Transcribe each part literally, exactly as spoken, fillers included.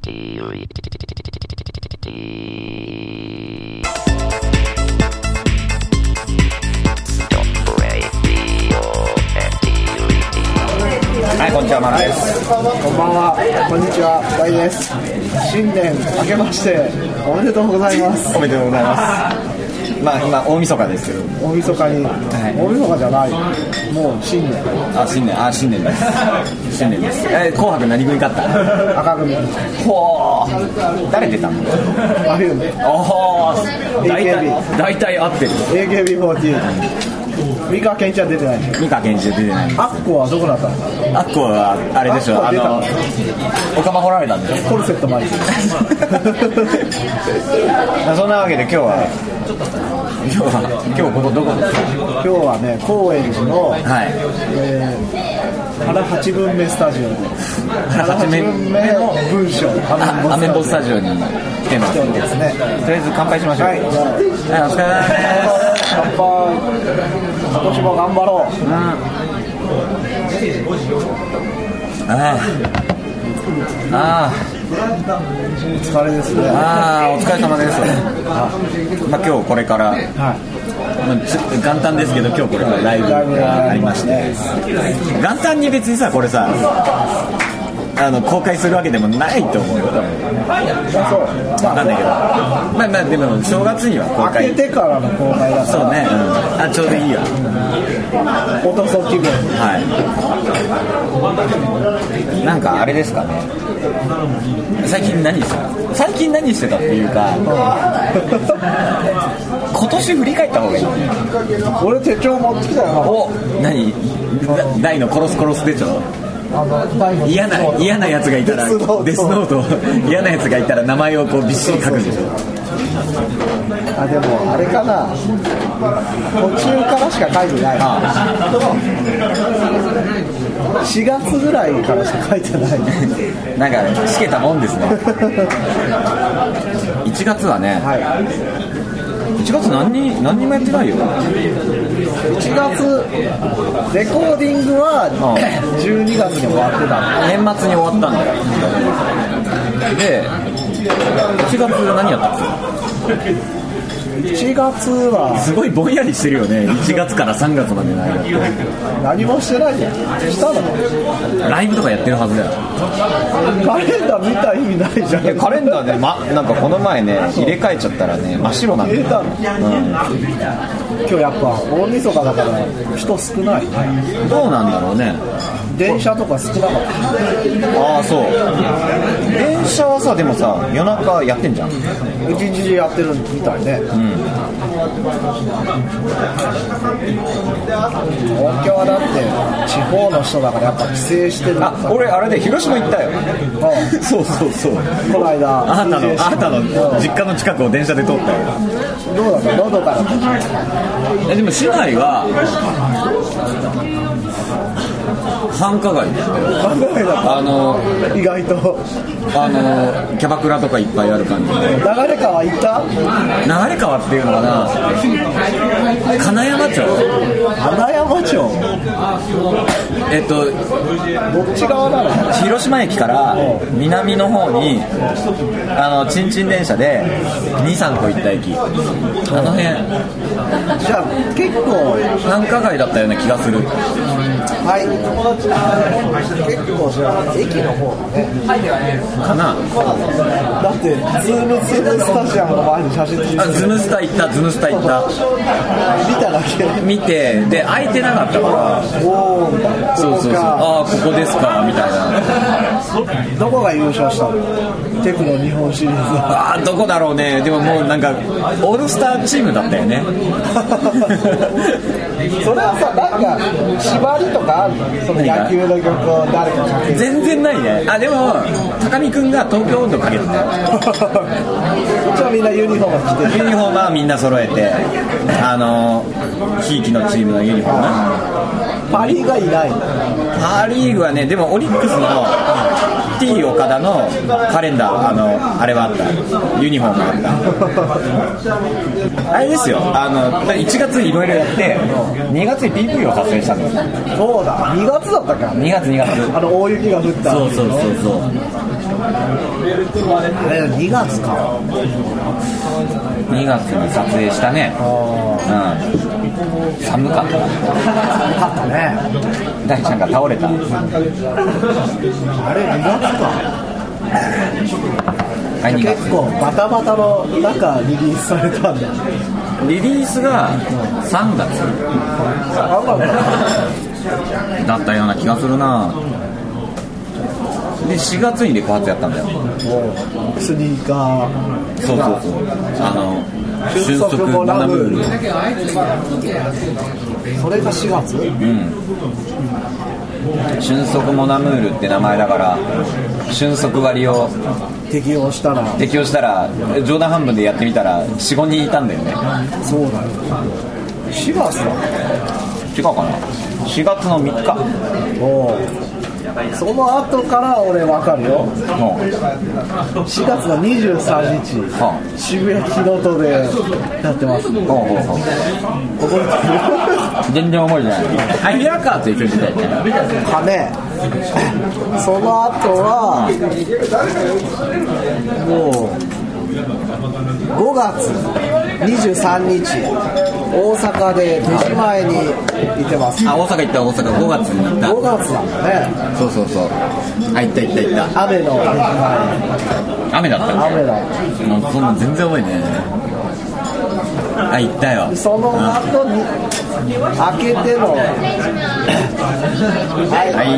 はい、こんにちは、マルです。 こんばんは、こんにちは、大です。新年明けましておめでとうございます。 おめでとうございます。まあ今大晦日ですけど。 大晦日に、はい、大晦日じゃない。もう新年。 あ、新年、あ、新年です。新年です。え、紅白何組勝った？ 赤組。 ほー。誰出たの？ アフューム。 おー。大体大体合ってる。 エーケービーフォーティー。三河健一は出てない。 三河健一は出てない。 アッコはどこだったの？ アッコはあれでしょ。あのお釜掘られたんでしょ。 コルセット巻いて。 そんなわけで今日は今日は今日ここどこですか？ 今日はね、高円寺の、はい、えー、原八分目スタジオで原八分目の文章アメンボスタジオに来てます。 ですね。 とりあえず乾杯しましょう。はい、じゃあ、はい、お疲れ様です。 乾杯。今年も頑張ろう。うん、 ああああ、 お疲れですね。 ああ、お疲れ様です。まあ今日これから、はい、まあ、元旦ですけど今日これからライブがありまして、元旦に別にさこれさあの公開するわけでもないと思うよ。多分そう分かんないけど、まあまあでも正月には公開。 開けてからの公開だから。 そうね、うん、あ、ちょうどいいわ。 放送気分。 はい。なんかあれですかね。最近何してた？最近何してたっていうか、今年振り返った方がいい。 俺手帳持ってきたよ。 お、何？大の殺す殺す手帳。嫌な嫌なやつがいたらデスノート嫌なやつがいたら名前をこうびっしり書くんでしょ。 あ、でもあれかな、途中からしか書いてない。ああ、しがつぐらいからしか書いてない。 なんかしけたもんですね。いちがつはね、はい、いちがつ何に何にもやってないよ。 いちがつレコーディングはじゅうにがつに終わってた。 年末に終わったんだよ。でいちがつ何やったっけ？ いちがつはすごいぼんやりしてるよね。いちがつからさんがつまでの間って何もしてないじゃん。したの？ ライブとかやってるはずだよ。 カレンダー見た意味ないじゃん。 いやカレンダーで、ま、なんかこの前ね入れ替えちゃったらね真っ白なんだよ。 入れたの？うん、今日やっぱ大晦日だから人少ない。 どうなんだろうね。 電車とか少なかった。 ああ、そう。電車はさでもさ夜中やってんじゃん。 一日中やってるみたいね。うん、東京はだって地方の人だからやっぱ帰省してる。 あ、俺あれで広島行ったよ。ああそうそうそう。 この間あなたのあなたの実家の近くを電車で通ったよ。 どうだった？のどかだった。 え、でも市内は繁華街だったよ。 繁華街だった。 あの意外とあのキャバクラとかいっぱいある感じで。 流川行った？ 流川っていうのかな、金山町。 金山町。 えっとどっち側なの？ 広島駅から南の方にあのチンチン電車でにさんこ行った駅。あの辺。 じゃあ結構繁華街だったような気がする。 はい。結構じゃあ駅の方ね。 かな。 だってズームズームスタジアムの前に写真撮って。 あ、ズムスタ行ったズムスタ行った。 見ただけ。 見てで空いてなかったから。 おおみたいな。 そうそうそう。ああここですかみたいな。 どこが優勝したの？テクノ日本シリーズ。 ああどこだろうね。でももうなんかオールスターチームだったよね。 それはさなんか縛りとかあるの？その野球の曲を誰かかける？ 全然ないね。あでも高見くんが東京温度かけてたよ。 こっちはみんなユニフォーム着てる。 ユニフォームはみんな揃えてあのひいきのチームのユニフォーム。 パリーグはいない。 パリーグはねでもオリックスの T 岡田のカレンダーあのあれはあった。ユニフォームがあった。あれですよ。あのいちがついろいろやってにがつに ピーブイ を撮影したんです。 そうだにがつだったか。 にがつにがつあの大雪が降った。 そうそうそうそう。 あれにがつかにがつに撮影したね。うん、寒かった寒かったね。 大ちゃんが倒れた。あれにがつか。結構バタバタの中リリースされたんだ。 リリースがさんがつだったような気がするな。でしがつにレコ発やったんだよ。 スニーカー。 そうそうそう。あの瞬足モナムール。 それがしがつ？うん。 瞬足モナムールって名前だから瞬足割を適用したら適用したら冗談半分でやってみたら よん,ご 人いたんだよね。 そうだよ。しがつだ。 違うかな。しがつのみっか。 おその後から俺分かるよ。しがつのにじゅうさんにち、はあ、渋谷ヒロトでやってます。覚えてる？全然覚えてない。あ、ヒラカーと一緒に出たよね。 かね。その後はもうごがつにじゅうさんにち大阪で手仕前に行ってます。 あ、大阪行った。大阪ごがつに行った。 ごがつなんだね。 そうそうそう。あ、行った行った行った。 雨の手仕前。 雨だったっけ？ 雨だ。 もうそんな全然覚えてないね。あ、行ったよ。 その後に開けてのはいはい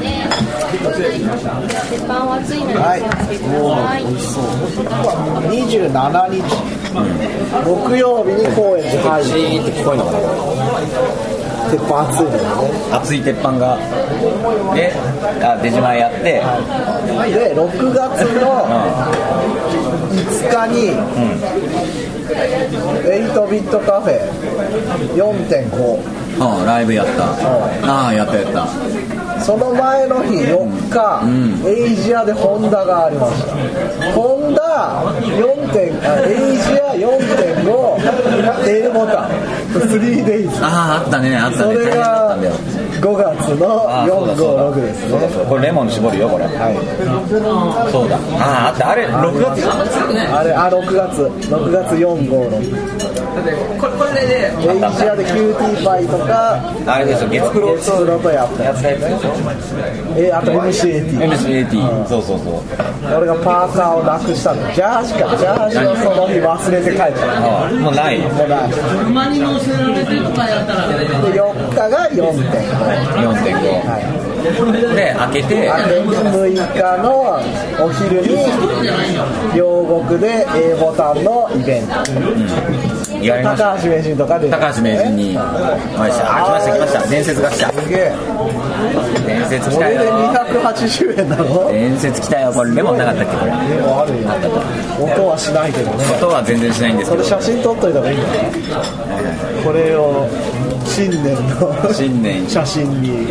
はいもう美味しそう。にじゅうしちにち、うん、木曜日に高円寺入る。 シーンって聞こえるのかな。 鉄板熱いのよね。 熱い鉄板がで、あ、出島やって、 はい、でろくがつのいつかに、うん、エイトビットカフェ よんてんご、 ああライブやった。ああやったやった。 その前の日よっか、うん、エイジアでホンダがありました。ホンダよんてんエイジア よんてんご A ボタン スリーデイズ。 あああったねあったね。 それがごがつのよんごろくですね。 そうそうそう。これレモン絞るよこれ。はい。そうだ。あああったあれろくがつ。 あれあろくがつろくがつよんごろく。これこれでエイジアでキューティーパイとかあれでしょ月プロ月プロとやったやつでしょ。 えあと エムシーエーティーエムシーエーティー、うん、そうそうそう。 俺がパーカーをなくしたの。ジャージかジャージをその日忘れて帰った。 ああもうないもうない。馬に乗せられてとかやったらでよっかが よんてんごよんてんご、はい、で開けてむいかのお昼に両国で A ボタンのイベント、うん、やりました。高橋名人とかで、 高橋名人に、ね、あ来ました来ました伝説が来た。 すげえ伝説来たよ。 これでにひゃくはちじゅうえんなの。 伝説来たよ。これレモンなかったっけ。これレモンあるよ。音はしないけどね。 音は全然しないんですけど、 それ写真撮っといた方がいいんだよ。これを新年の新年写真に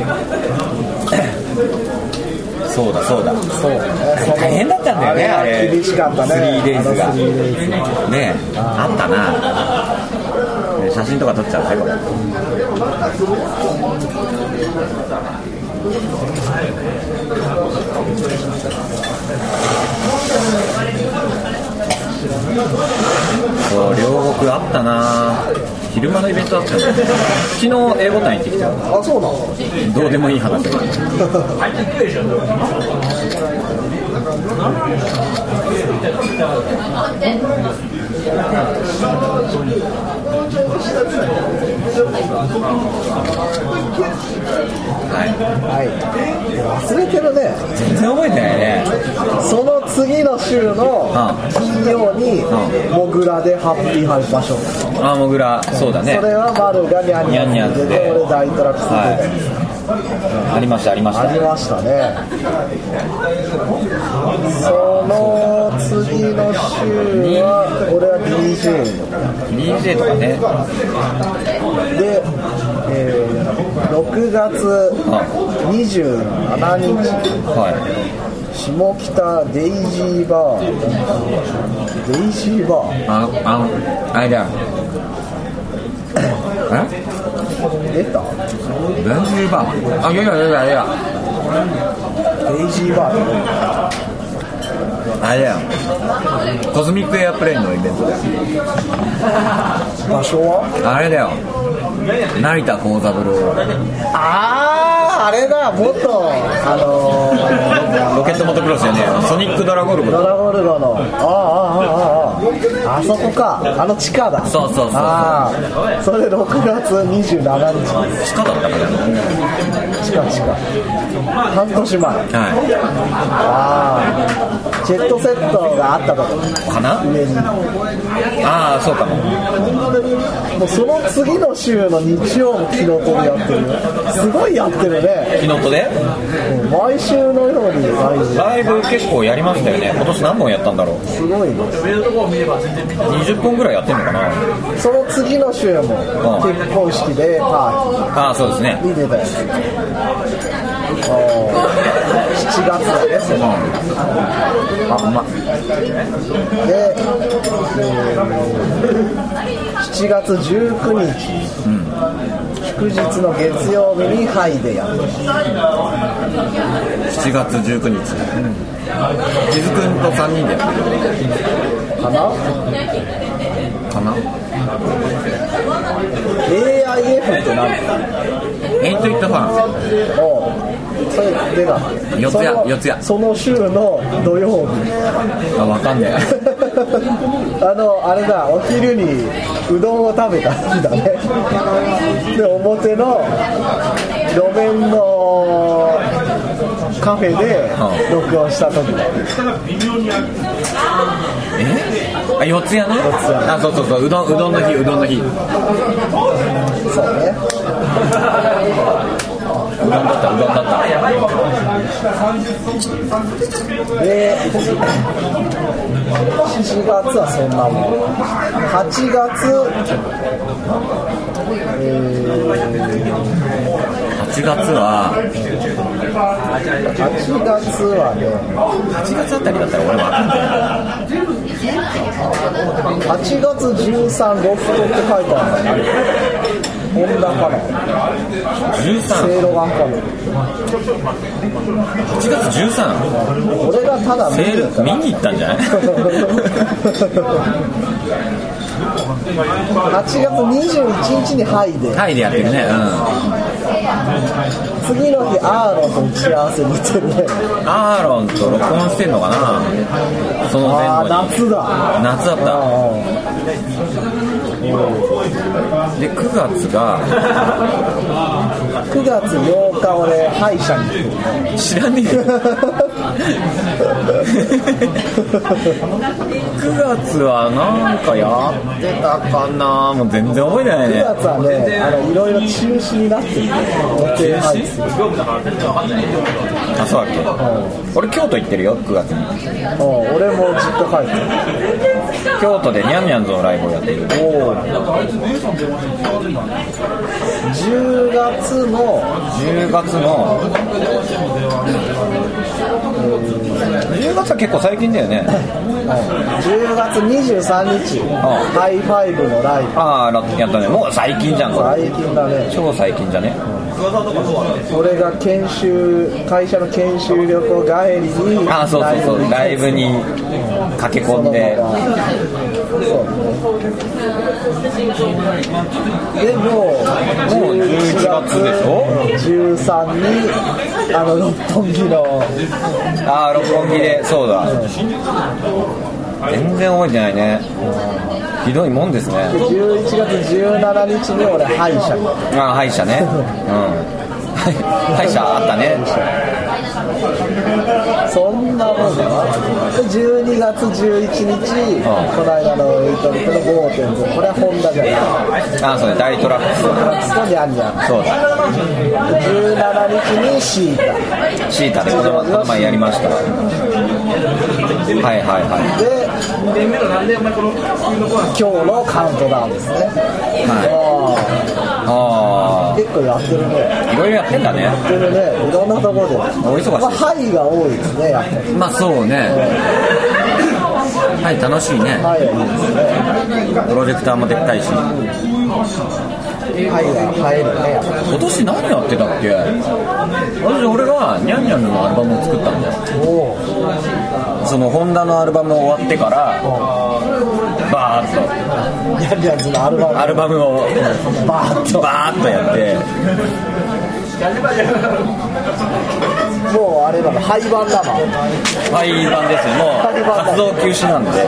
そうだそうだそう大変だったんだよねあれ。 厳しかったね。 スリーデイズがねあったな。写真とか撮っちゃうねこれ。そう両国あったな。昼間のイベントだったんだよね。昨日 A ボタン行ってきた。 あ、そうなの。 どうでもいい話だけどはいはい、忘れてるね。 全然覚えてないね。 その次の週の金曜にモグラでハッピーハイパーショー。 あ、モグラ、そうだね。 それは丸がニャンニャンついてて、俺大トラックついてて、 はい、ありましたありましたありましたね。その次の週は俺は ディージェーディージェー とかね。 で、えー、ろくがつにじゅうしちにち、はい、下北デイジーバー。デイジーバー、 あああれだえ出たデイジーバー。あ、いやいやいやいやデイジーバーあれだよ、コズミックエアプレインのイベントだよ。 場所はあれだよ、成田幸三郎。 あーあれだ、元あのー、 ロケットモトクロスでね、ソニックドラゴルゴドラゴルゴのあああああああそこか、あの地下だ。 そうそうそうそう、 ああそれでろくがつにじゅうしちにち地下だったからね。 地下地下半年前、 はい、 ああジェットセットがあったとかな、 上に。 ああそうかも。 もうその次の週の日曜もキノトでやってるよ。すごいやってるね。 キノトで毎週のようにライブライブ結構やりましたよね。今年何本やったんだろう。 すごいね。 にじゅっぽんぐらいやってんのかな。 その次の週も結婚式でパーああそうですね、 ティーに出たよ。しちがつだね、その、うん、 あうまで、えー、しちがつじゅうくにち、うん、祝日の月曜日にハイでやってます。 しちがつじゅうくにち、うん、キズくんとさんにんでやってるかなかな。 エーアイエフ って何？ エイトイットファン。 おうそれでが四谷四谷その週の土曜日。 あ、わかんねえあのあれだ、お昼にうどんを食べた日だね。で表の路面のカフェで録音した時だ。 え？あ、四谷の？四谷。あ、そうそうそう、うどんうどんの日、うどんの日。 そうね。 うどんだったうどんだった。 でしちがつはそんなもん。はちがつ、えー、 はちがつははちがつはね、 はちがつあたりだったら俺わかんないはちがつじゅうさんロフトって書いてあるんだね。ホンダかな、 じゅうさん、 セイロガンかな。 はちがつじゅうさん、 俺がただセール見に行ったんじゃない？ はちがつにじゅういちにちにハイでハイでやってるね、うん、 次の日アーロンと打ち合わせに行ってるね。 アーロンと録音してんのかな、その前後に。 あー、夏だ夏だった。でくがつがくがつようか俺歯医者に行ってるね。 知らねえよくがつはなんかやってたかな、もう全然覚えてないね。 くがつはね、あのいろいろ中止になってるね。予定配置する。 あ、そうだっけ、うん、俺京都行ってるよくがつに。 うん、俺も実家帰ってる。 京都でニャンニャンズのライブをやっている。 おじゅうがつのじゅうがつのじゅうがつは結構最近だよね。 じゅうがつにじゅうさんにち、ハイファイブのライブ。 ああ、やったね。もう最近じゃんこれ。 最近だね。 超最近じゃね。 俺が研修会社の研修旅行帰りに、 ああ、そうそうそう、ライブに駆け込んで。 そうでももうじゅういちがつでしょ。 じゅうさんにあの六本木のああ六本木で、そうだ、うん、全然覚えてないね、ひどいもんですね。 でじゅういちがつじゅうしちにちに俺歯医者に。 ああ歯医者ね、うん歯医者あったね。 そんなもんだな。でじゅうにがつじゅういちにち、うん、この間のエイトリットの ごてんご、これはホンダじゃない。 ああそうね、大トラックス。 トラックスとニャンニャン。 そうだ。 じゅうしちにちにシータ。 シータでこの前やりました。はいはいはい。 で今日のカウントダウンですね。はい。ああ。結構やってるね。 いろいろやってんだね。 やってるね。いろんなところで。 お忙しい。 まあハイが多いですね。やっぱり。 まあそうね。はい、楽しいね。 はい、いいですね。 プロジェクターもでっかいし。 愛が映えるね。 今年何やってたっけ。私俺がニャンニャンのアルバムを作ったんだよ。そのホンダのアルバム終わってからバーッとニャンニャンズのアルバムアルバムをバーッとバーッとやってもうあれだな、廃盤だな。 廃盤ですよ。もう活動休止なんで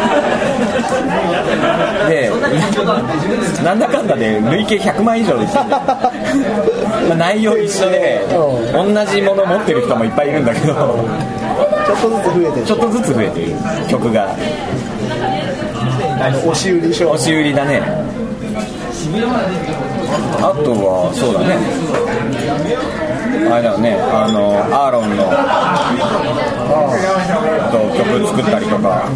でなんだかんだで累計ひゃくまん以上ですよまあ内容一緒で同じもの持ってる人もいっぱいいるんだけどちょっとずつ増えてるちょっとずつ増えてる曲があの押し売り商押し売りだね。あとはそうだね、あれだよね、あのアーロンのと曲作ったりとか、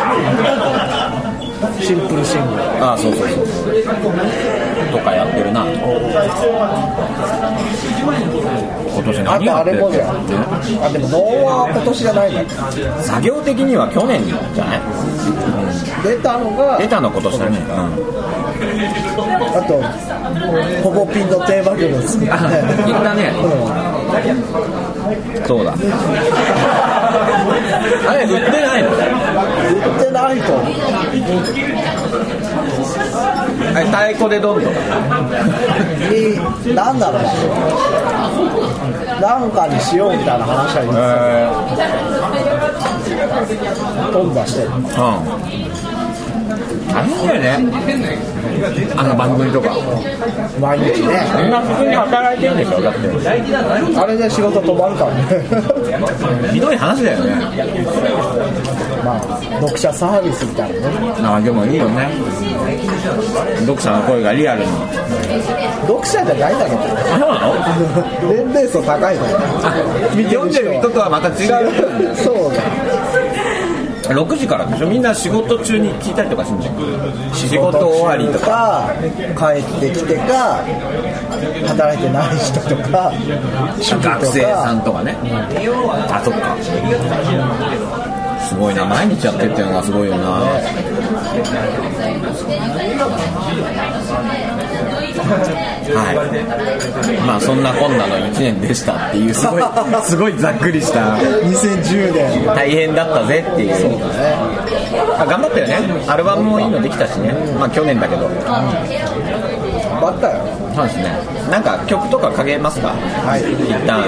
シンプルシングル、 ああそうそうそうとかやってるな。今年何やってるあとあれもじゃん。あ、でもノーは今年じゃないの。 作業的には去年じゃない、 出たのが出たの今年だね、うん、 あとほぼピンのテーマ曲ですね。 言ったね、うん、そうだあれ売ってないの？ 売ってないとあれ太鼓でどんどんになんだろうな、なんかにしようみたいな話は今飛んだしてる。 うん大変だよね、あの番組とか毎日ね。 みんな普通に働いてるんでしょ。だってあれで仕事止まるからねひどい話だよね。 まあ読者サービスみたいなね。 ああでもいいよね、読者の声がリアルに。 読者じゃないだろう。 あ、そうなの？ 年齢層高いから読んでる人とはまた違うそうだ、 ろくじからでしょ。みんな仕事中に聞いたりとかするんじゃん。仕事終わりとか帰ってきてか働いてない人とか学生さんとかね、うん、あ、そっか、すごいな、毎日やってるっていうのがすごいよな、ね。はい、まあそんなこんなのいちねんでしたっていうすごいすごいざっくりしたにせんじゅうねん大変だったぜっていう。そうだね、あ、頑張ったよね。アルバムもいいのできたしね。まあ去年だけど、うん、 頑張ったよ。 そうですね。なんか曲とかかけますか？はい、一旦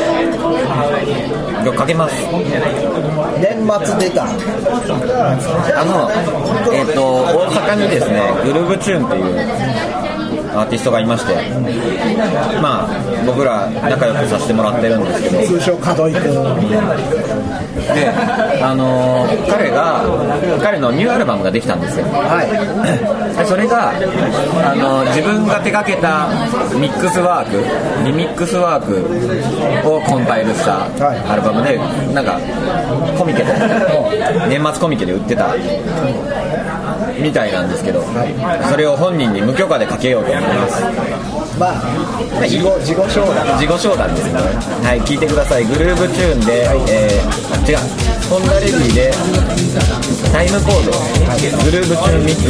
曲かけます。 年末出たあのえっ、ー、と大阪にですね、グルーブチューンっていうアーティストがいまして、まあ僕ら仲良くさせてもらってるんですけど、 通称門井君で、あのー、彼が彼のニューアルバムができたんですよ。はい。それがあのー、自分が手掛けたミックスワーク、リミックスワークをコンパイルしたアルバムで、なんかコミケで年末コミケで売ってたみたいなんですけど、それを本人に無許可でかけようと思います。 まあ、自己自己承諾自己承諾ですね。はい、聞いてください。グルーブチューンで、はい、えー、違う、ホンダレディでタイムコード、はい、グルーブチューンミックス。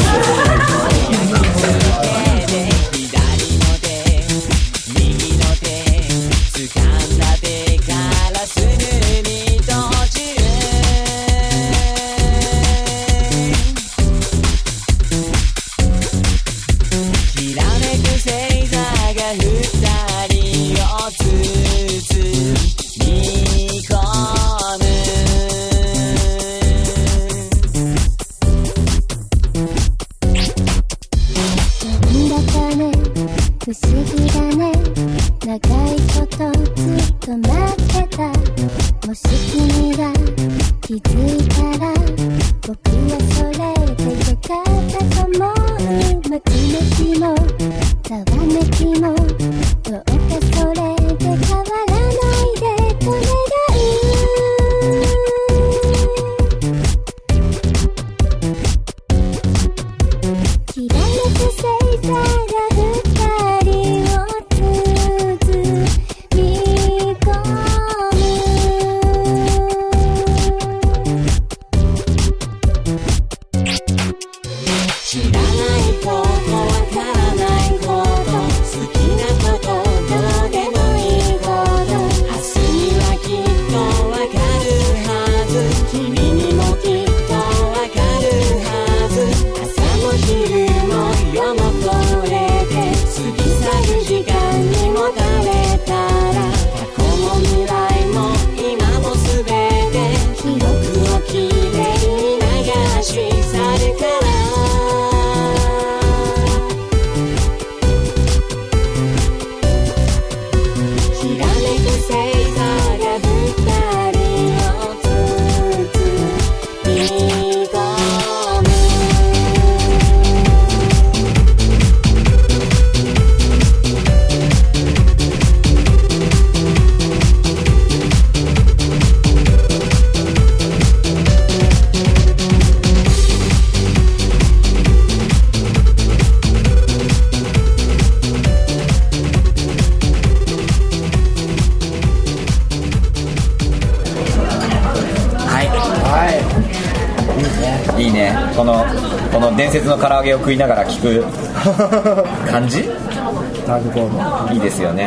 知らないことわからないこときらめく星座が二人を包み込むいいね、このこの伝説の唐揚げを食いながら聞く感じタイムコードいいですよね。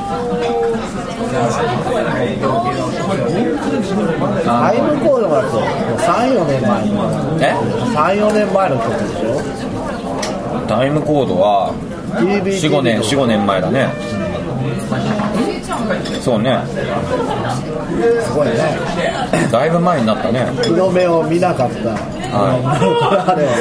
タイムコードがさん、よねんまええさん、よねんまえの曲でしょ。 タイムコードはティービーティービーよん、ごねん、よん、ごねんまえだね。そうね、 すごいね。 だいぶ前になったね。 日の目を見なかった、 はあれ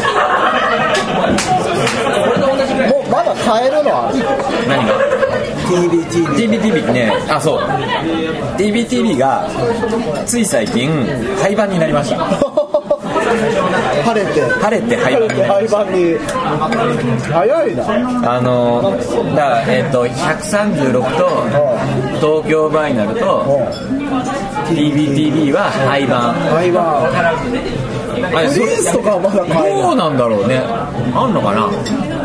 もうまだ買えるのは何がティービーティービーティービーティービー ね、あ、そう ティービーティービー がつい最近廃盤になりました。 晴れて晴れて廃盤になりました。 廃盤に早いな。 あのだからえっとひゃくさんじゅうろくと東京版になると ティービーティービー は廃盤。 廃盤あれリースとかはまだ買える。 どうなんだろうね、あんのかな。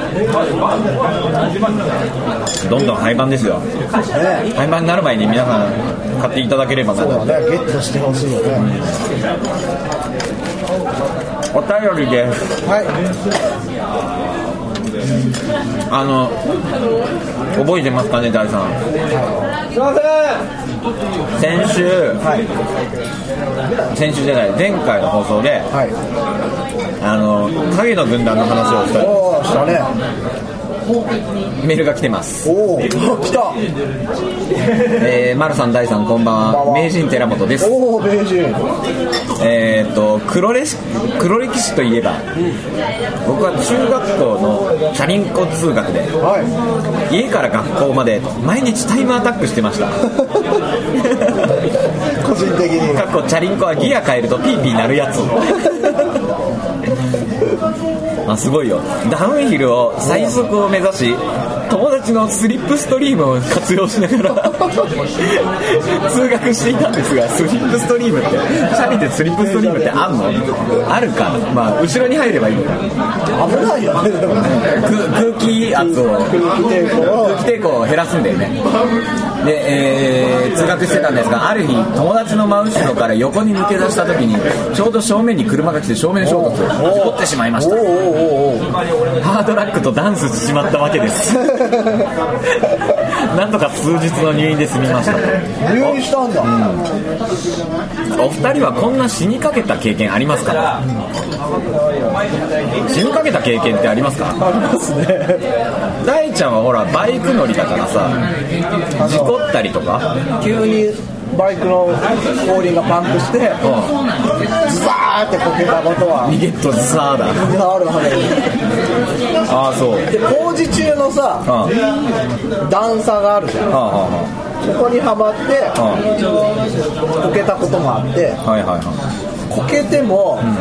どんどん廃盤ですよ、 ね、 廃盤になる前に皆さん買っていただければなと。 そうだね、ゲットしてほしいよね、 お便りです。 はい、 あの覚えてますかね、大さん。 すいません。 先週、 はい、 先週じゃない前回の放送で、 はい、 あの影の軍団の話をしたい。 おー、したね。 メールが来てます。 おー、来た。 えー、丸さん、大さん、こんばんは。名人寺本です。 おー、名人。 えー、っと黒歴史黒歴史といえば、僕は中学校のチャリンコ通学で、 はい、 家から学校まで毎日タイムアタックしてました。 個人的に。 かっこチャリンコはギア変えるとピーピー鳴るやつ。あ、すごいよ。ダウンヒルを最速を目指し、友達のスリップストリームを活用しながら通学していたんですが、スリップストリームってチャリでスリップストリームってあんの？あるか。まあ後ろに入ればいいのか。 危ないよね。 空気圧を空気抵抗空気抵抗を減らすんだよね。で、えー、通学してたんですが、ある日友達の真後ろから横に抜け出した時にちょうど正面に車が来て正面衝突を起こってしまいました。ハードラックとダンスしちまったわけです。なんとか数日の入院で済みました。 入院したんだ、 うん、お二人はこんな死にかけた経験ありますか？死にかけた経験ってありますか？ ありますね。 大ちゃんはほらバイク乗りだからさ、事故ったりとか急にバイクの後輪がパンクして、ズザーってこけたことは逃げっとズサーだ。 あるはず。ああ、そうで工事中のさ、うん、段差があるじゃん、はあはあ、そこにはまって、はあ、こけたこともあって、はいはいはい、こけても、うん、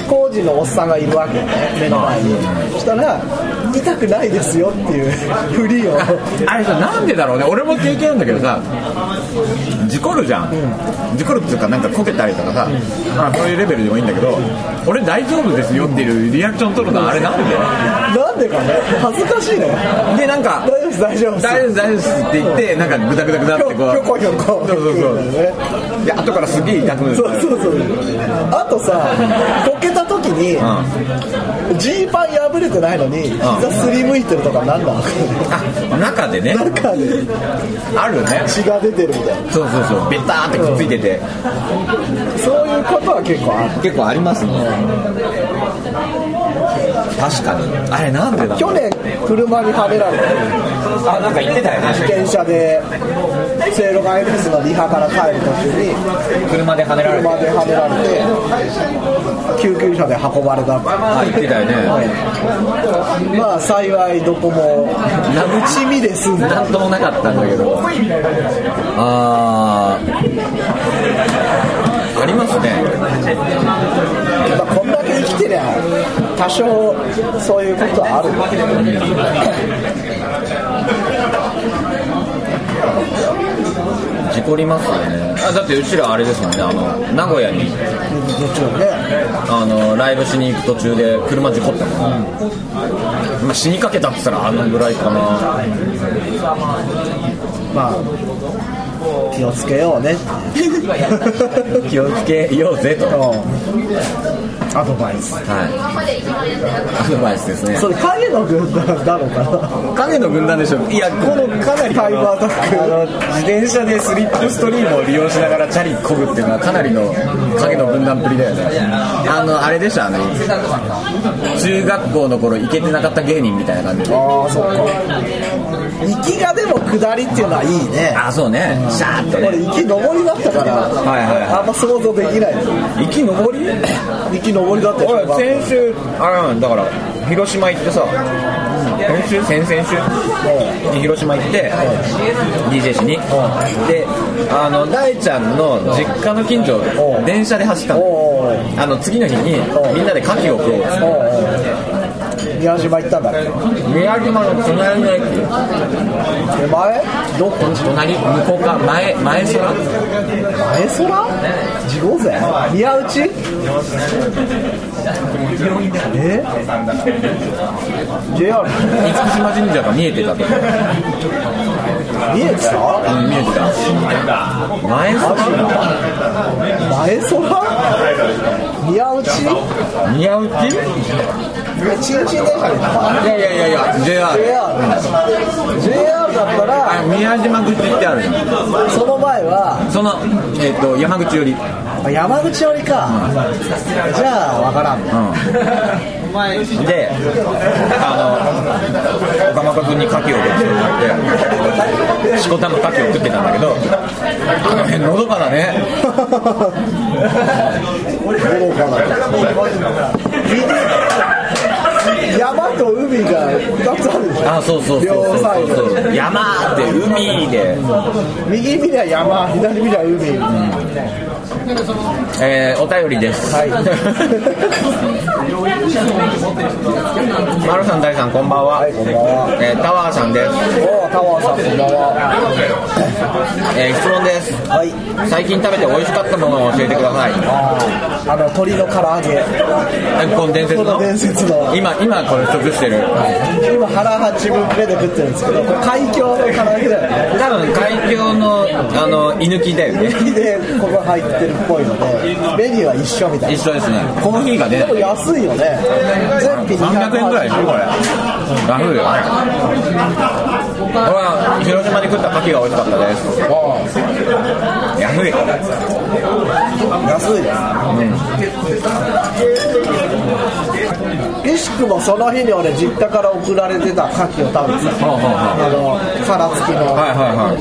工事のおっさんがいるわけね、目の前に、そしたら痛くないですよっていうふりをあれさ、なんでだろうね。俺も経験なんだけどさ、事故るじゃん、うん、事故るっていうかなんかこけたりとかさ、うん、まあそういうレベルでもいいんだけど、俺大丈夫ですよっていうリアクション取るの、あれなんでなんでかね、恥ずかしいね。 でなんか大丈夫です大丈夫です大丈夫です大丈夫ですって言ってなんかグダグダグダってこうひょこひょこそうそうそう、ね、で後からすげえ痛くなる。 そうそうそう。あとさ、こけた時にジー、うん、パン破れてないのに膝すりむいてるとかなんだ、うん、 あ、中でね、 中であるね、 血が出てるみたいな。 そうそうそう、ベターってくっついてて、 うん、そういうことは結構ある。 結構ありますね、うん、確かに。あれななんでだ去年車にはねられて、 あ、なんか言ってたよね。 自転車でせいろがん X のリハから帰る途中に車で跳ねられて車ではねられて救急車で運ばれた。 あ、言ってたよね。 まあ幸いどこも打ち身で済んだ。 なんともなかったんだけど、あー、ありますね。 まあ、こんだけ生きてりゃ多少そういうことはある。 事故りますよね。あ、だってうちらあれですもんね、あの名古屋にもちろんね、 あのライブしに行く途中で車事故ったの、うん、まあ、死にかけたって言ったらあのぐらいかな。 まあ気をつけようね気をつけようぜと、 アドバイス。 はい、アドバイスですね。 それ影の軍団なのかな。 影の軍団でしょ。いや、このかなりタイムアタック、 あの自転車でスリップストリームを利用しながらチャリこぐっていうのはかなりの影の軍団っぷりだよね。あのあれでした、あの中学校の頃イケてなかった芸人みたいな感じで。 ああ、そうか。行きがでも下りっていうのはいいね。 あ、そうね、シャーってね。 俺行き上りだったから、 はいはいはい、 あんま想像できない。 行き上り行き上りだったよ。 俺先週あれだから広島行ってさ、先週先々週に広島行って ディージェー しにで、あの大ちゃんの実家の近所を電車で走ったの。あの次の日にみんなで牡蠣を食おう。 宮島行ったんだっけ。 宮島の隣の駅。 手前どこ。 隣向こうか前前空前空地獄ぜ宮内え ジェイアール厳島神社が見えてたと。 見えてた、 うん、見えてた。前空前空宮内宮内チンチン電車で。 いやいやいやいや ジェイアールジェイアール だったら宮島口ってある。 その前はその、えー、と山口寄り。 山口寄りか、うん、じゃあ分からん、うんで、あの岡本君に牡蠣を食ってもらってしこたま牡蠣を食ってたんだけど、あの辺のどかだねのどかだ山と海がふたつあるでしょ。 あ、そうそうそうそうそうそう山って海で右見りゃ山、左見りゃ海、うん、 えー、お便りです。はい。マルさん、大さん、こんばんは。 はい、こんばんは。 えー、タワーさんです。 おー、タワーさん、こんばんは。 えー、質問です。 はい。 最近食べて美味しかったものを教えてください。 ああ、あの鶏の唐揚げ。 この伝説の。 この伝説の。 今、今これ食してる。 今腹はちぶんめで食ってるんですけど、これ海峡の唐揚げだよね。 多分海峡のあの居抜きだよね。 居抜きでここ入ってるっぽいので、メニューは一緒みたいな。 一緒ですね。コーヒーがね。 でも安いよね。全品さんびゃくえんぐらいでしょこれ。安いよ。これは広島で食った牡蠣が美味しかったです。安い。 安いです。うん。くしくもその日に俺実家から送られてた牡蠣を食べてた。あの殻付きの。はいはいはい。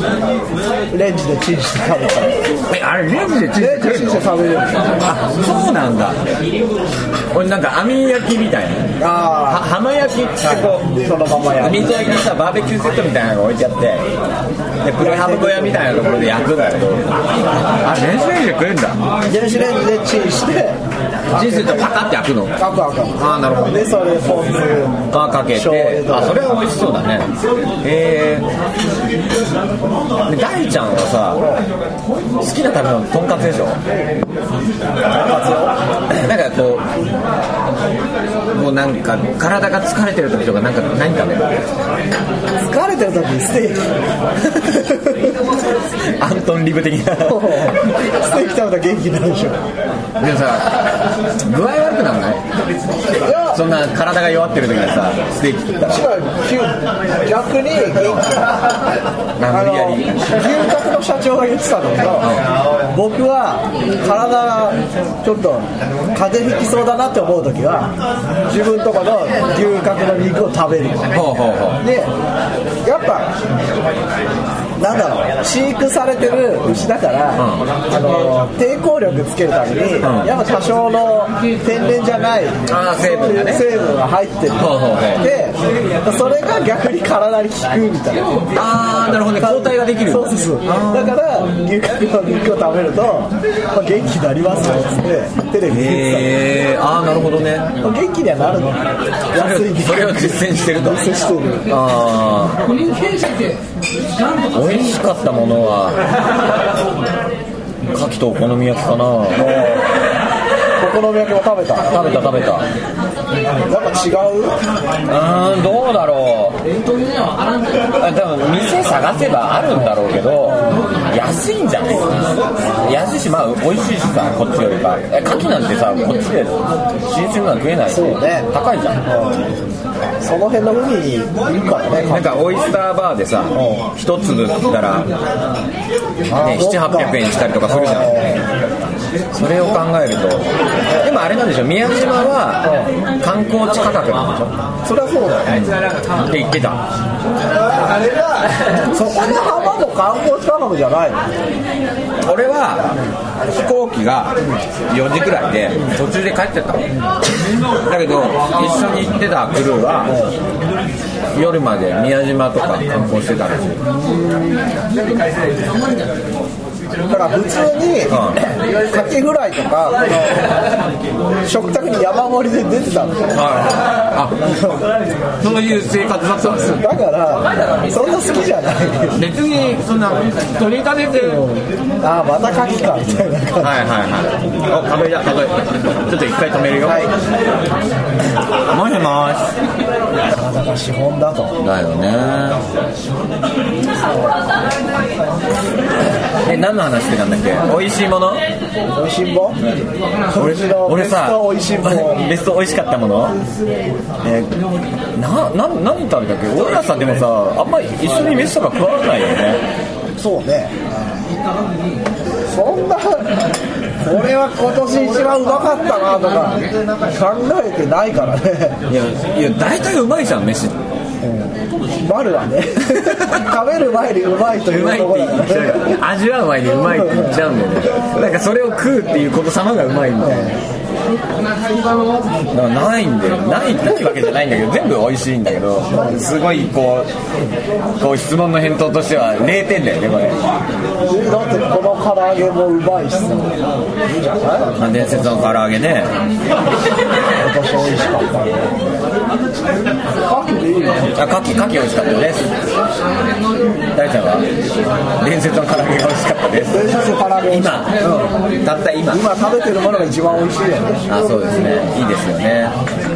レンジでチンして食べた。 え、あれレンジでチンして食べる。 あ、そうなんだ。これなんか網焼きみたいな。ああ。浜焼きってこう、 そのまま焼き。 水焼きにさバーベキューセットみたいなのが置いてあって、でプレハブ小屋みたいなところで焼くんだけど、あ、電子レンジで食えるんだ。 電子レンジでチンして、 チンするとパカって焼くの。 パカパカ。 ああ、なるほど。 でそれポン酢かかけて、あ、それは美味しそうだね。へえ。で大ちゃんはさ、好きな食べ物とんかつでしょ。とんかつよ。なんかこう、もうなんか体が疲れてる時とかなんか何食べる？ 疲れてる時にステーキ。アントンリブ的な。 ステーキ食べたら元気になるでしょ。 でもさ、具合悪くならない？いや、そんな体が弱ってる時にさ、ステーキ食ったら。 違う、逆に元気。 あ、無理やり。 牛角の社長が言ってたんだけど、 僕は体がちょっと風邪ひきそうだなって思う時は自分とかの牛角の肉を食べる。 ほうほうほう。 でやっぱなんだろう、飼育されてる牛だから、うん、あの抵抗力つけるために、うん、やっぱ多少の天然じゃないあ成分がね、 成分が入ってる。ほうほうほう。でそれが逆に体に効くみたいな。 ああなるほどね、抗体ができる。 そうそうそう。だから牛角の肉を食べると、まあ、元気になりますよってテレビで言ってた。ああなるほどね。 まあ、元気にはなるの。安いそれを実践してると。 実践してる。 ああ美味しかったものは牡蠣とお好み焼きかな。 お好み焼きも食べた食べた食べた。 やっぱ違う？ うーんどうだろう。多分店探せばあるんだろうけど安いんじゃないかな。安いしまあ美味しいしさ、こっちよりか。え牡蠣なんてさこっちで新鮮なの食えないし、 そうね、 高いじゃん、うん、 その辺の海にいるからね。 なんかオイスターバーでさ一粒食ったら、ね、ななひゃくはっぴゃくえんしたりとかするじゃん。それを考えるとでもあれなんでしょ、宮島は観光地価格なんでしょ。 それはそうだよ、 うん、って言ってた。 そこの浜も観光地価格じゃないの？ 俺は飛行機がよじくらいで途中で帰ってた。だけど一緒に行ってたクルーは夜まで宮島とか観光してたらしい。 だから普通に、うん、カキフライとか食卓に山盛りで出てたんですよ。 ああそういう生活だったんですよ。 だからそんな好きじゃない。 別にそんな取り立てて、 うん、あまたカキかみたいな感じ。 はいはいはい。お壁だ壁。ちょっと一回止めるよ。はい、もしもし。 体が資本だと。 だよね。え何の話してたんだっけ？美味しいもの？ 美味しいもの？ 俺, 俺さベスト美味しいもの。 ベスト美味しかったもの？えー、なな何食べたっけ？俺らさでもさあんまり一緒に飯とか食わないよね。 そうね。そんな俺は今年一番うまかったなとか考えてないからね。 いやいや大体うまいじゃん飯。 うん、丸はね食べる前にうまいというところだからね。 味わう前にうまいって言っちゃうんだよね。なんかそれを食うっていうこと様がうまいみたいな。だからないんだよ。ないないわけじゃないんだけど全部美味しいんだけどすごいこうこう質問の返答としてはれいてんだよねこれ。 だってこの唐揚げもうまいしさいいじゃない。 伝説の唐揚げね今年美味しかったね。カキでいいの？ あ、カキ、カキ美味しかったです。大ちゃんは伝説の唐揚げが美味しかったです。 伝説の唐揚げ今、うん、たった今今食べてるものが一番美味しいよね。 あ、そうですね、いいですよね。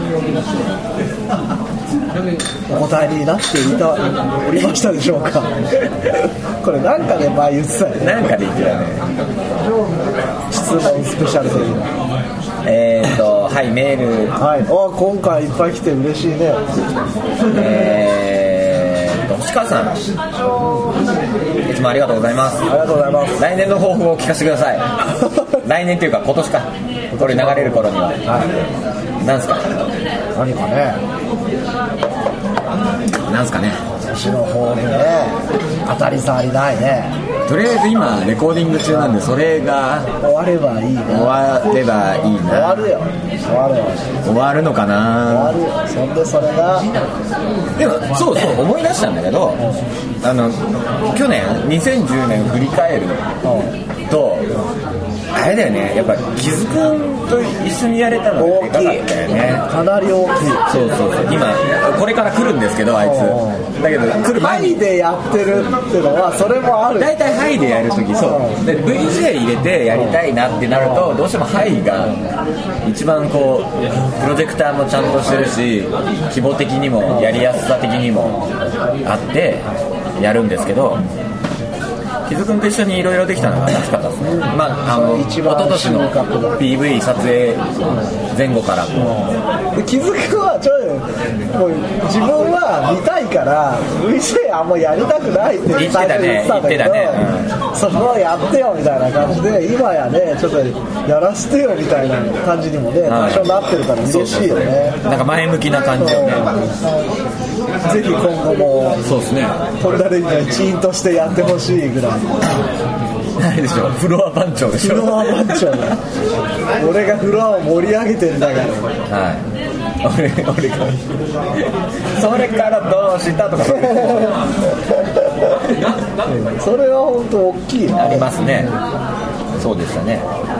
お答えになっていたおりましたでしょうかこれなんかで前言ってたよね。 なんかで言ってたね。 質問スペシャル的な。 えーとはいメール、 はい、お今回いっぱい来て嬉しいね。 えーと星川さん、いつもありがとうございます。 ありがとうございます。 来年の抱負を聞かせてください来年というか今年か、これ流れる頃には、はい、なんすか何かねなんすかね私の方にね当たり障りないね。 とりあえず今レコーディング中なんでそれが終わればいいね。 終わればいいな。 終わるよ終わるよ終わるのかな。 終わるよ。そんでそれがでもそうそう思い出したんだけど、あの去年にせんじゅうねん振り返るとあれだよね、やっぱ木津くんと一緒にやれたのがでかかったよね。 かなり大きい。 そうそうそう。今これから来るんですけどあいつだけど来る前にハイでやってるっていうのはそれもある。 大体ハイでやるときそうで ブイジェー 入れてやりたいなってなるとどうしてもハイが一番こうプロジェクターもちゃんとしてるし規模的にもやりやすさ的にもあってやるんですけど、 木津君と一緒にいろいろできたのが楽しかったですね、まあ、あの一昨年の ピーブイ 撮影前後からで木津君はちょいもう自分は見たいから ブイジェー あんまやりたくないって言ってたね言ってたね、 うん、そこはやってよみたいな感じで今やねちょっとやらせてよみたいな感じにもね多少なってるから嬉しいよね。 なんか前向きな感じよね。 ぜひ今後もそうですねホンダレンジャーチーンとしてやってほしいぐらいないでしょフロア番長でしょフロア番長だ俺がフロアを盛り上げてんだからはい俺俺がそれからどうしたとかそれは本当大きいありますね。そうでしたね。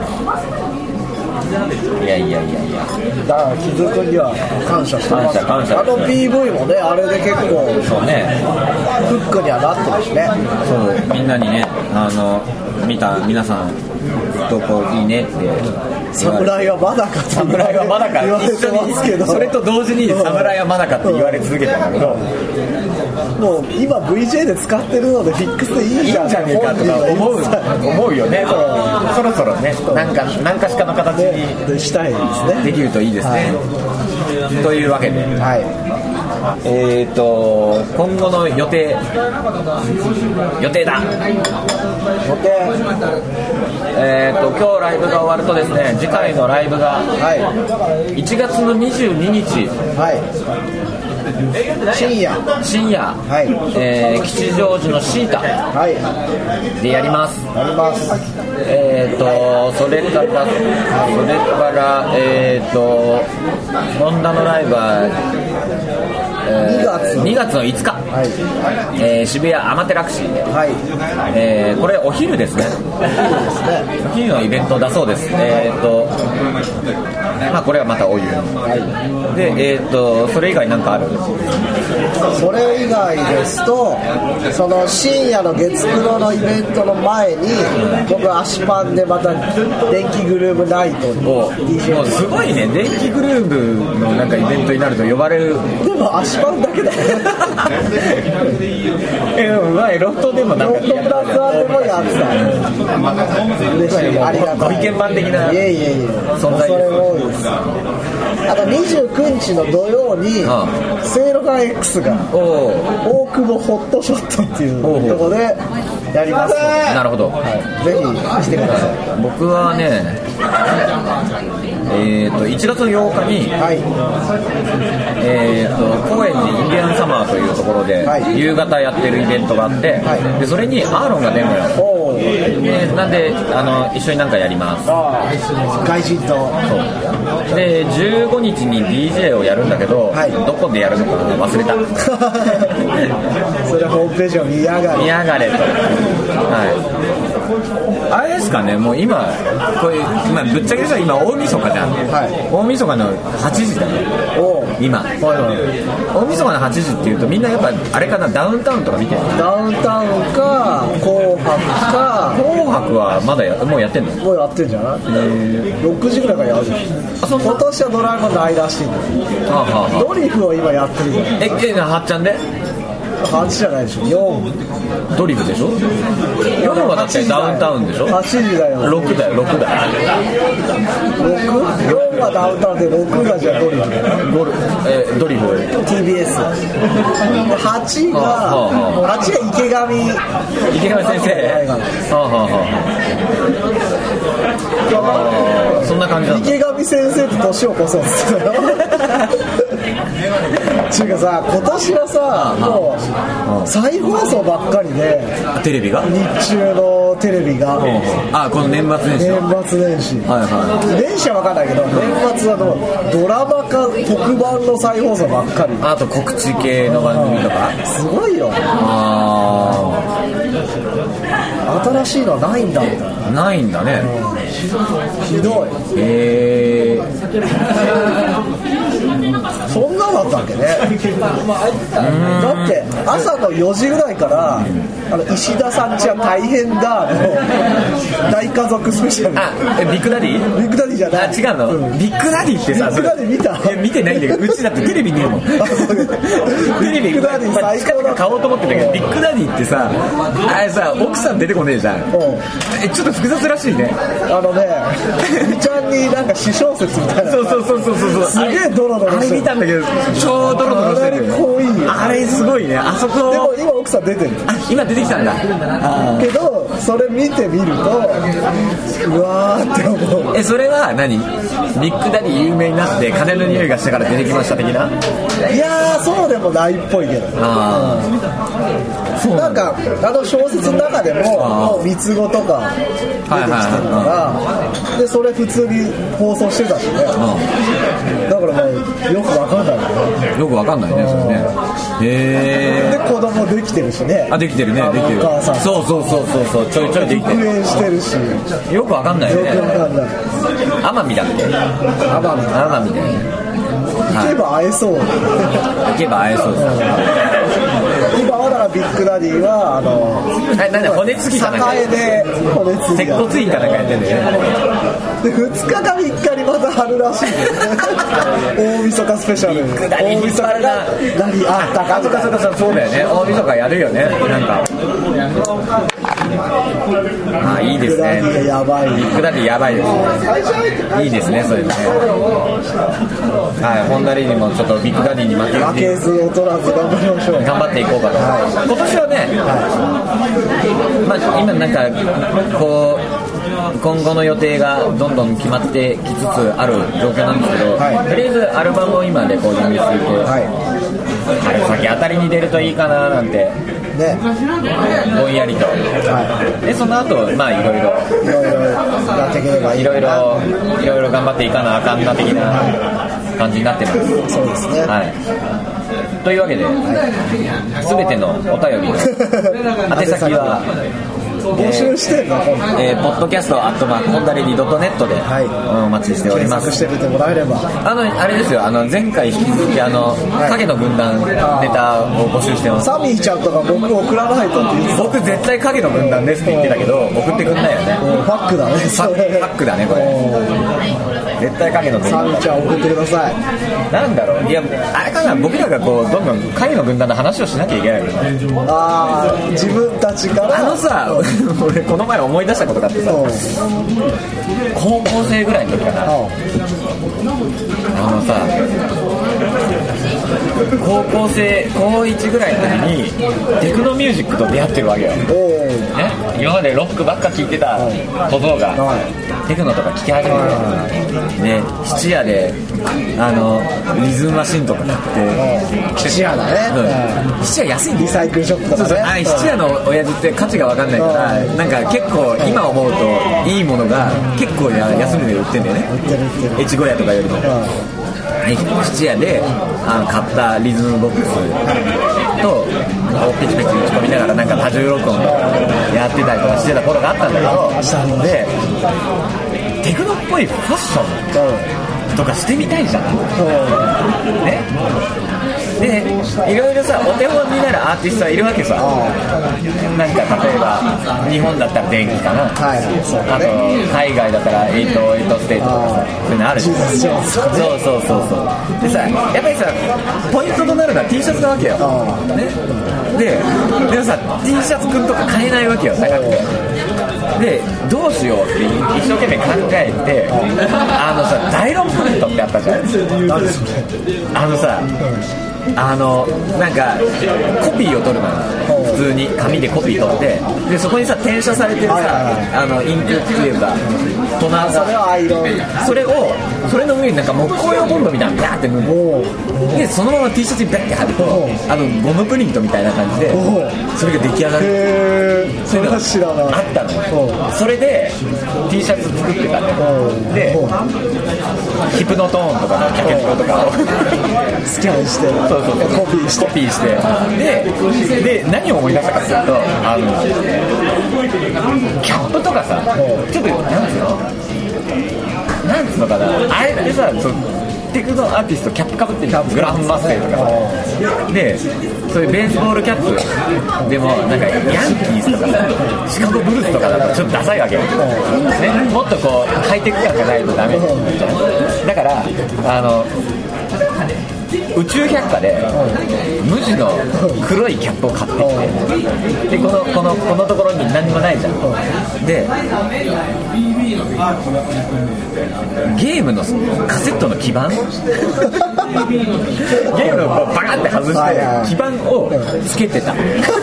いやいやいやいやだから木津君には感謝してます。 感謝感謝あの ピーブイ もねあれで結構そうねフックにはなってるしね。 そうみんなにねあの見た皆さんどこいいねって侍はまだかって侍はまだか言われてますけどそれと同時に侍はまだかって言われ続けたんだけどもう今 ブイジェー で使ってるのでフィックスでいいじゃんいいんじゃねえかとか思う思うよね。そろそろねなんか何かしかの形にでしたいですね。 できるといいですね、はい、というわけで、 はい、 えーと今後の予定予定だ予定えーと今日ライブが終わるとですね次回のライブがいちがつのにじゅうににち、 はい深夜深夜、 はいえー、吉祥寺のシータでやります、 やります。 えーとそれから、それからえーとホンダのライブは、えー、 にがつにがつのいつか、 はいえー、渋谷アマテラクシーで、 はいえー、これお昼ですねお昼のイベントだそうです。えーとまあこれはまたお湯、はい、でえーとそれ以外なんかある？ それ以外ですとその深夜の月黒のイベントの前に僕足パンでまた電気グルーヴナイトに ディージェーもうすごいね電気グルーヴのなんかイベントになると呼ばれる。 でも足パンだけだえでも前ロフトでもなんかロフトプラスワンでもやってた嬉しいありがたいご意見番的ないえいえいえ存在それ多いです。あとにじゅうくにちの土曜にああセイロガン X が大久保ホットショットっていうところでやりますのでなるほど、 はい、ぜひ来てください。 僕はねえー、といちがつようかに、 はいえー、と高円寺インディアンサマーというところで、 はい、 夕方やってるイベントがあって、はい、でそれにアーロンが出るのよ。 おでなんであの一緒になんかやります。 あ外人とそうでじゅうごにちに ディージェー をやるんだけど、はい、どこでやるのか忘れたそれホームページを見やがれ見やがれと、はい、あれですかねもう今これ今ぶっちゃけさ今大晦日じゃん、はい、大晦日のはちじだよお今、はいはい、大晦日のはちじっていうとみんなやっぱあれかなダウンタウンとか見てる。 ダウンタウンか紅白か紅白はまだやもうやってんの？ もうやってんじゃない？ろくじぐらいからやるじゃん。今年はドラえもんないらしいんだよ、はあはあ、ドリフを今やってるじゃん。 ええはっちゃんではちじゃないでしょよんドリフでしょ。よんはだってダウンタウンでしょ。 はちじだよろくだよろくだよろく よんはダウンタウンでろくがじゃあドリフドリ,、えー、ドリフティービーエス はちが、はあはあ、はちが池上池上先生はあはあはあそんな感じなんだ。 池上先生って年を越そうっつってたよちゅうかさ今年はさもう再放送ばっかりでテレビが日中のテレビがあこの年末年始年末年始、 はいはい、 年始は分かんないけど年末はドラマか特番の再放送ばっかり。 あと告知系の番組とかすごいよ。 あ新しいのはないんだみたいな。 ないんだね、 うん、ひどい。 へえーそんなのだったわけね。だって朝のよじぐらいからあの石田さんちは大変だの大家族スペシャル。 あ、えビッグダディ？ ビッグダディじゃない。 あ、違うの、うん、ビッグダディってさ、 ビッグダディ見た？ いや見てないんだけど、うちだってテレビにいるもん。テレビビッグダディ最高だ。 買おうと思ってたけど、ビッグダディってさ、あれさ、奥さん出てこねえじゃん。え、ちょっと複雑らしいね。 あのね、みちゃんになんか私小説みたいな。 そうそうそうそうそう。 すげえドロドロしてる。 あれ見たんだけど、超ドロドロしてる。あれすごいね。あそこ。 でも今奥さん出てる。 あ、今出てきたんだ。 けどそれ見てみると、うわーって思う。 え、それは何？ビッグダディ有名になって金の匂いがしたから出てきました的な？ いやーそうでもないっぽいけど。あー、うん、なんかあの小説の中でももう三つ子とか出てきてるから、でそれ普通に放送してたしね。だからもうよくわかんないね。 よくわかんないねそれね。へー。で子供できてるしね。 あ、できてるね、できてる。 お母さん。 そうそうそうそうそう、ちょいちょいできてる。 復縁してるし。 よくわかんないよね。 よくわかんない。 奄美だっけ？ 奄美。 奄美だよね。 行けば会えそう。 行けば会えそうです。 今はだからビッグダディはあのえ、なんだ骨付きかなんか栄で骨付き接骨院かなんかやってんだよね。 でふつかかみっかにまた貼るらしい大晦日スペシャル。 ビッグダディ大晦日が何あったかとか。 そうかそうかそうだよね。大晦日やるよね。なんかあ、いいですね。 ビッグダディやばい。 ビッグダディやばいですね。いいですね、それね。はい、ホンダリーにもちょっとビッグダディに負けず負けず劣らず頑張りましょう。 頑張っていこうかと。はい、今年はね、はい、まあ今なんかこう今後の予定がどんどん決まってきつつある状況なんですけど、はい、とりあえずアルバムを今レコーディングしていて、はい、春先あたりに出るといいかななんて。ね、ぼんやりと、はい、でその後まあいろいろいろいろやっていければいいいろいろいろいろ頑張っていかなあかんな的な感じになってます。 そうですね、 はい、というわけで、はい、全てのお便りの宛先は募集してるの、 えー、ポッドキャストアットマークホンダレディドットネットで、はい、お待ちしております。 検索してみてもらえれば。 あのあれですよ、あの前回引き続きあの、はい、影の軍団ネタを募集してます。 サミーちゃんとか僕送らないとって言って僕絶対影の軍団ですって言ってたけど送ってくんないよね。 ファックだね。 ファックだねこれ。絶対影の軍団。 サミーちゃん送ってください。 なんだろう、いやあれかな、僕らがこうどんどん影の軍団の話をしなきゃいけないよね。 ああ、自分たちからあのさ俺この前思い出したことがあってさ、高校生ぐらいの時かな、あのさ高校生高いちぐらいの時にテクノミュージックと出会ってるわけよ、ね、今までロックばっか聴いてた小僧がテクノとか聴き始めて、ね、質屋であのリズムマシンとか買って質屋だね、 うん、質屋安いんだよ。 リサイクルショップとかね。 そうそう、あ、質屋の親父って価値が分かんないから、なんか結構今思うといいものが結構安値で売ってんだよね。 売ってる売ってる。 越後屋とかよりも、質屋であの買ったリズムボックスとペチペチ打ち込みながらなんか多重録音とかやってたりとかしてた頃があったんだけど、でテクノっぽいファッションとかしてみたいじゃん、ね、でいろいろさお手本になるアーティストはいるわけさ。なんか例えば日本だったら電気かな、はい、そうね、あと海外だったらエイトエイトステートとかさ、そういうのあるじゃん。そうそうそうそうでさ、やっぱりさポイントとなるのは T シャツなわけよ、ね、ででもさ T シャツくんとか買えないわけよ、高くて。でどうしようって一生懸命考えて、あのさダイロンプリントってあったじゃん。あのさあのなんかコピーを取るのよ、普通に紙でコピー取って、でそこにさ転写されてるさ、あのインクっていうかトナーが、それをアイロン、それをそれの上になんか木工用ボンドみたいなのビャーって塗る、でそのまま T シャツにビャッて貼るとあのゴムプリントみたいな感じでそれが出来上がる。 へー、 そういうのが知らない。 あったのよ。それで T シャツ作ってたのよ。でヒプノトーンとかのジャケットとかをスキャンしてそうそうそうコピーしてコピーしてでで何を思い出したかっていうと、あのキャップとかさ、ちょっとなんつうのなんつうのかな、あれってさ、そテクノアーティストキャップかぶってるグランバスケとかで、そういうベースボールキャップでもなんかヤンキースとかシカゴブルースとかだとちょっとダサいわけよ、ね、もっとこうハイテク感がないとダメだから、あの宇宙百科で無地の黒いキャップを買ってきて、でこのこのこのところに何もないじゃん。でゲームのカセットの基板ゲームをこうバカって外して基板をつけてた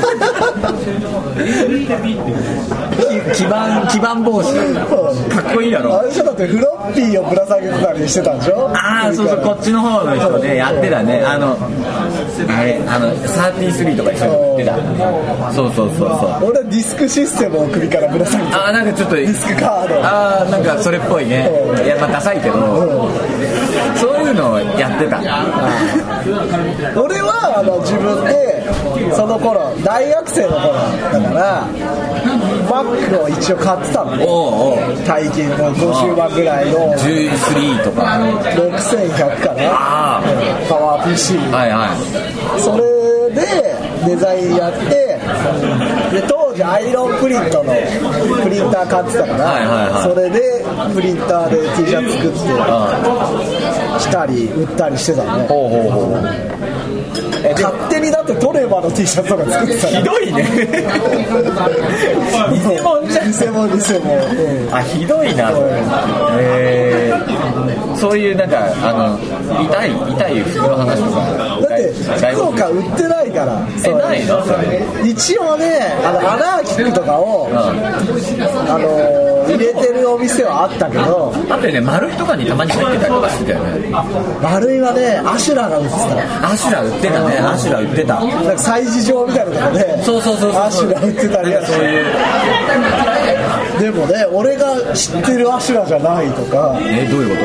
基板基板帽子かっこいいだろ。 あれだってフロッピーをぶら下げてたりしてたんでしょ。 ああそうそう、こっちの方の人ねやってたね。あのあれあのさんじゅうさんとか一緒に売ってた。そうそうそうそう。 俺はディスクシステムを首からぶら下げてた。 ああなんかちょっとディスクカード。 ああなんかそれっぽいね。いやまあダサいけど、そういうのをやってた。 俺はあの自分でその頃大学生の頃だからマックを一応買ってたのね。 おうおう大金のごじゅうまんぐらいのじゅうさんとかろくせんひゃくかな、 あパワー ピーシー、 はいはい、 それでデザインやってで当時アイロンプリントのプリンター買ってたから、 はいはいはい、 それでプリンターで T シャツ作って着たり売ったりしてたね。 ほうほうほう。 え勝手にだってトレバーの T シャツとか作ってた。 ひどいね偽物じゃん。 偽物偽物、うん、 あひどいな、うん、えー、そういうなんかあの痛い痛い服の話とかだって福岡売ってないから。 えないのそれ。 一応ねあのアナーキックとかを、うん、あの入れてるお店はあったけど、 だってね丸いとかにたまに入ってたりとかしてたよね。 丸いはねアシュラが売ってた。 アシュラ売ってたね。アシュラ売ってた。 なんか催事場みたいなとこでそうそうそうそう、 アシュラ売ってたりやそういうでもね俺が知ってるアシュラじゃないとか。 えどういうこと？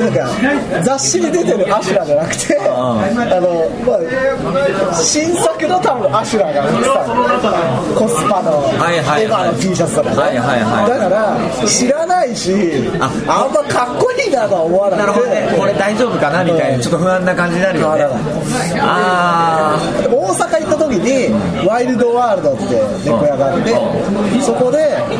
なんか雑誌に出てるアシュラじゃなくてあの、まあ、新作の多分アシュラが売ってたコスパのエヴァの T シャツとかね、 はいはいはい、 だから知らないし あ, あんまかっこいいなとは思わなくて、 なるほどね、これ大丈夫かなみたいなちょっと不安な感じになるよね。ああ大阪行った時にワイルドワールドって猫屋があって、そこであ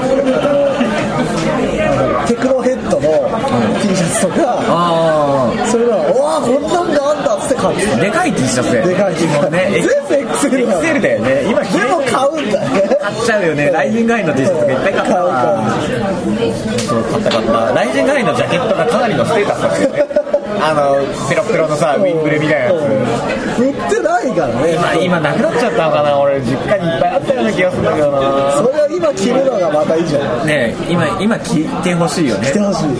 のテクノヘッドの T シャツとか、あそれがおわこんなんがあんだっつって買ってた。 でかい T シャツででかい T シャツね、全部 エックスエル だよ。 エックスエル だよね。今でも買うんだね。 買っちゃうよね。ライジンガインの T シャツがいっぱい買った。買う買うそう買った買った。ライジンガインのジャケットがかなりのステータスだったよねあのペロペロのさウィンブルみたいなやつ売ってないからね。 今今なくなっちゃったのかな。俺実家にいっぱいあったような気がするんだけどな。 それは今着るのがまたいいじゃんね。今今着てほしいよね。 着てほしい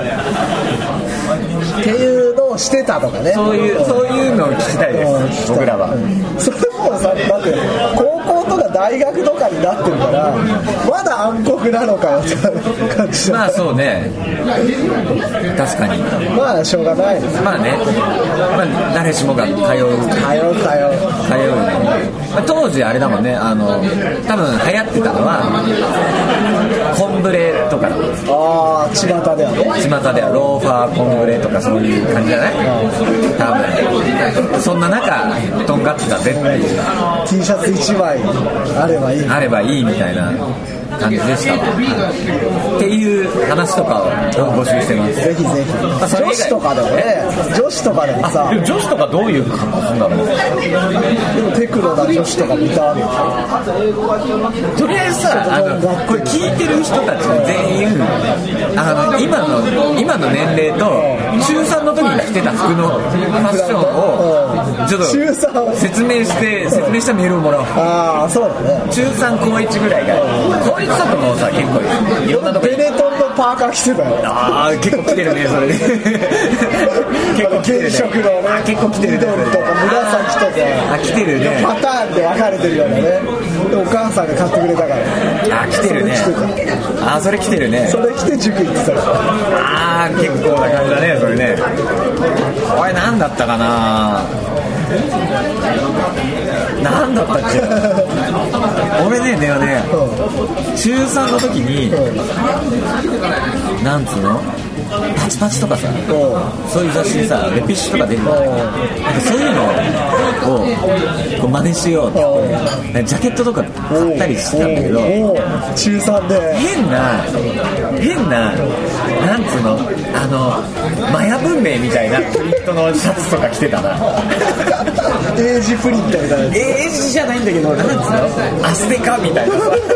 っていうのをしてたとかね。 そういうそういうのを聞きたいです、僕らは。 それもさだって高校とか大学とかになってるからまだ暗黒なのかよって感じだ。 まあそうね、確かに。 まあしょうがないです。 まあね、まあ、誰しもが通う通う通う通う、 ね。まあ、当時あれだもんね、あの多分流行ってたのはコンブレとかだもん。 ああ巷ではね。 巷ではローファーコンブレとかそういう感じじゃない？多分そんな中とんがってたぜっていう T シャツいちまいあればいいあればいいみたいな感じでしたわっていう話とかを募集してます。 ぜひぜひ、まあ、女子とかでもね、女子とかでもさ、 女子とかどういう格好するんだろう。 でもテクノな女子とか見たわけとりあえずさ、あのこれ聞いてる人たち全員あの今の今の年齢と中さんの時に着てた服のファッションをちょっと説明して説明したメールをもらおう。 ああそうだね。 中さん高いちぐらいが高いちだともうさ結構いろんなとこベネトンのパーカー着てたよ。 ああ結構着てるねそれで結構着てるね。 原色のね結構着てるね。 緑とか紫とかあ着てるね。 パターンで分かれてるようなね。でお母さんが買ってくれたからあ着てるね。あそれ着てるね。 それ着て塾行ってたからああ結構な感じだねそれね。あれ何だったかな。何だったっけ俺ねでもね中さんの時になんつうのパチパチとかさ、 うんそういう雑誌でさレピッシュとか出るの、なんかそういうのをこう真似しようって、ジャケットとか買ったりしてたんだけど、 中さんで変な変ななんつうの、あのマヤ文明みたいなプリントのシャツとか着てたなエイジプリントみたいなやつ、 エイジじゃないんだけど、なんつうの、アステカみたいな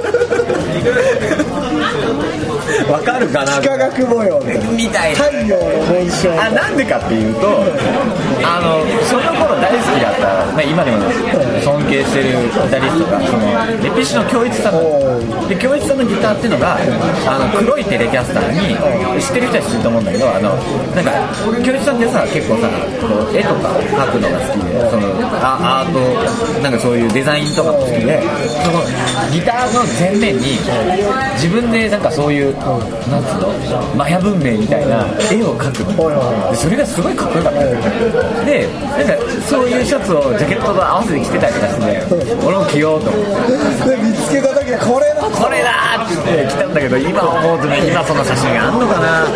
わかるかな、 幾何学模様みたいな、 太陽の紋章、 あ、なんでかっていうと、あのその頃大好きだった、まあ、今でも尊敬してるギタリストがそのレピッシュの京一さんで、京一さんのギターっていうのがあの黒いテレキャスターに、知ってる人は知ってると思うんだけど、あのなんか京一さんってさ結構さこう絵とか描くのが好きで、そのアートなんかそういうデザインとかも好きで、そのギターの前面に自分でなんかそういうなんつうのマヤ文明みたいな絵を描くので、それがすごいかっこよかったで、なんかそういうシャツをジャケットと合わせて着てたりとかして、俺も着ようと思ってで見つけた時はこれだこれだーって言って着たんだけど、今思うとね、今その写真があんのかな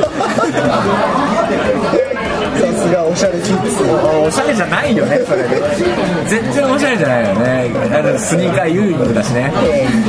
さすがおしゃれキッズ、 おしゃれじゃないよね、それで全然おしゃれじゃないよね、あのスニーカーユーイングだしね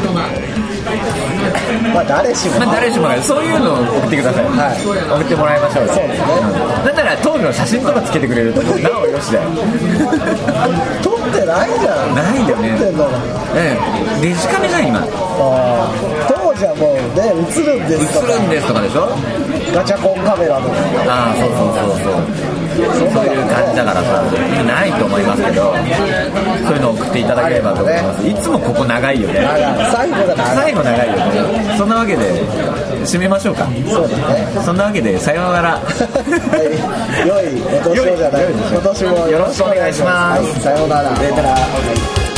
まあ誰しも、 まあ、誰しもがそういうのを送ってください、はい、送ってもらいましょう。そうですね、だったら当時の写真とかつけてくれるとなおよしだよ撮ってないじゃん、 ないよね、 撮ってんのええ、デジカメじゃん今。 あ当時はもうね映るんですとか映るんですとかでしょ、 ガチャコンカメラとか、 ああそうそうそうそうそういう感じだからさ、ないと思いますけど、そういうのを送っていただければと思います。いつもここ長いよね、 最後が長い、 最後長いよね。そんなわけで締めましょうか。 そうだね、 そんなわけでさようならはい、良いお年をじゃない、今年もよろしくお願いします。はい、さようなら。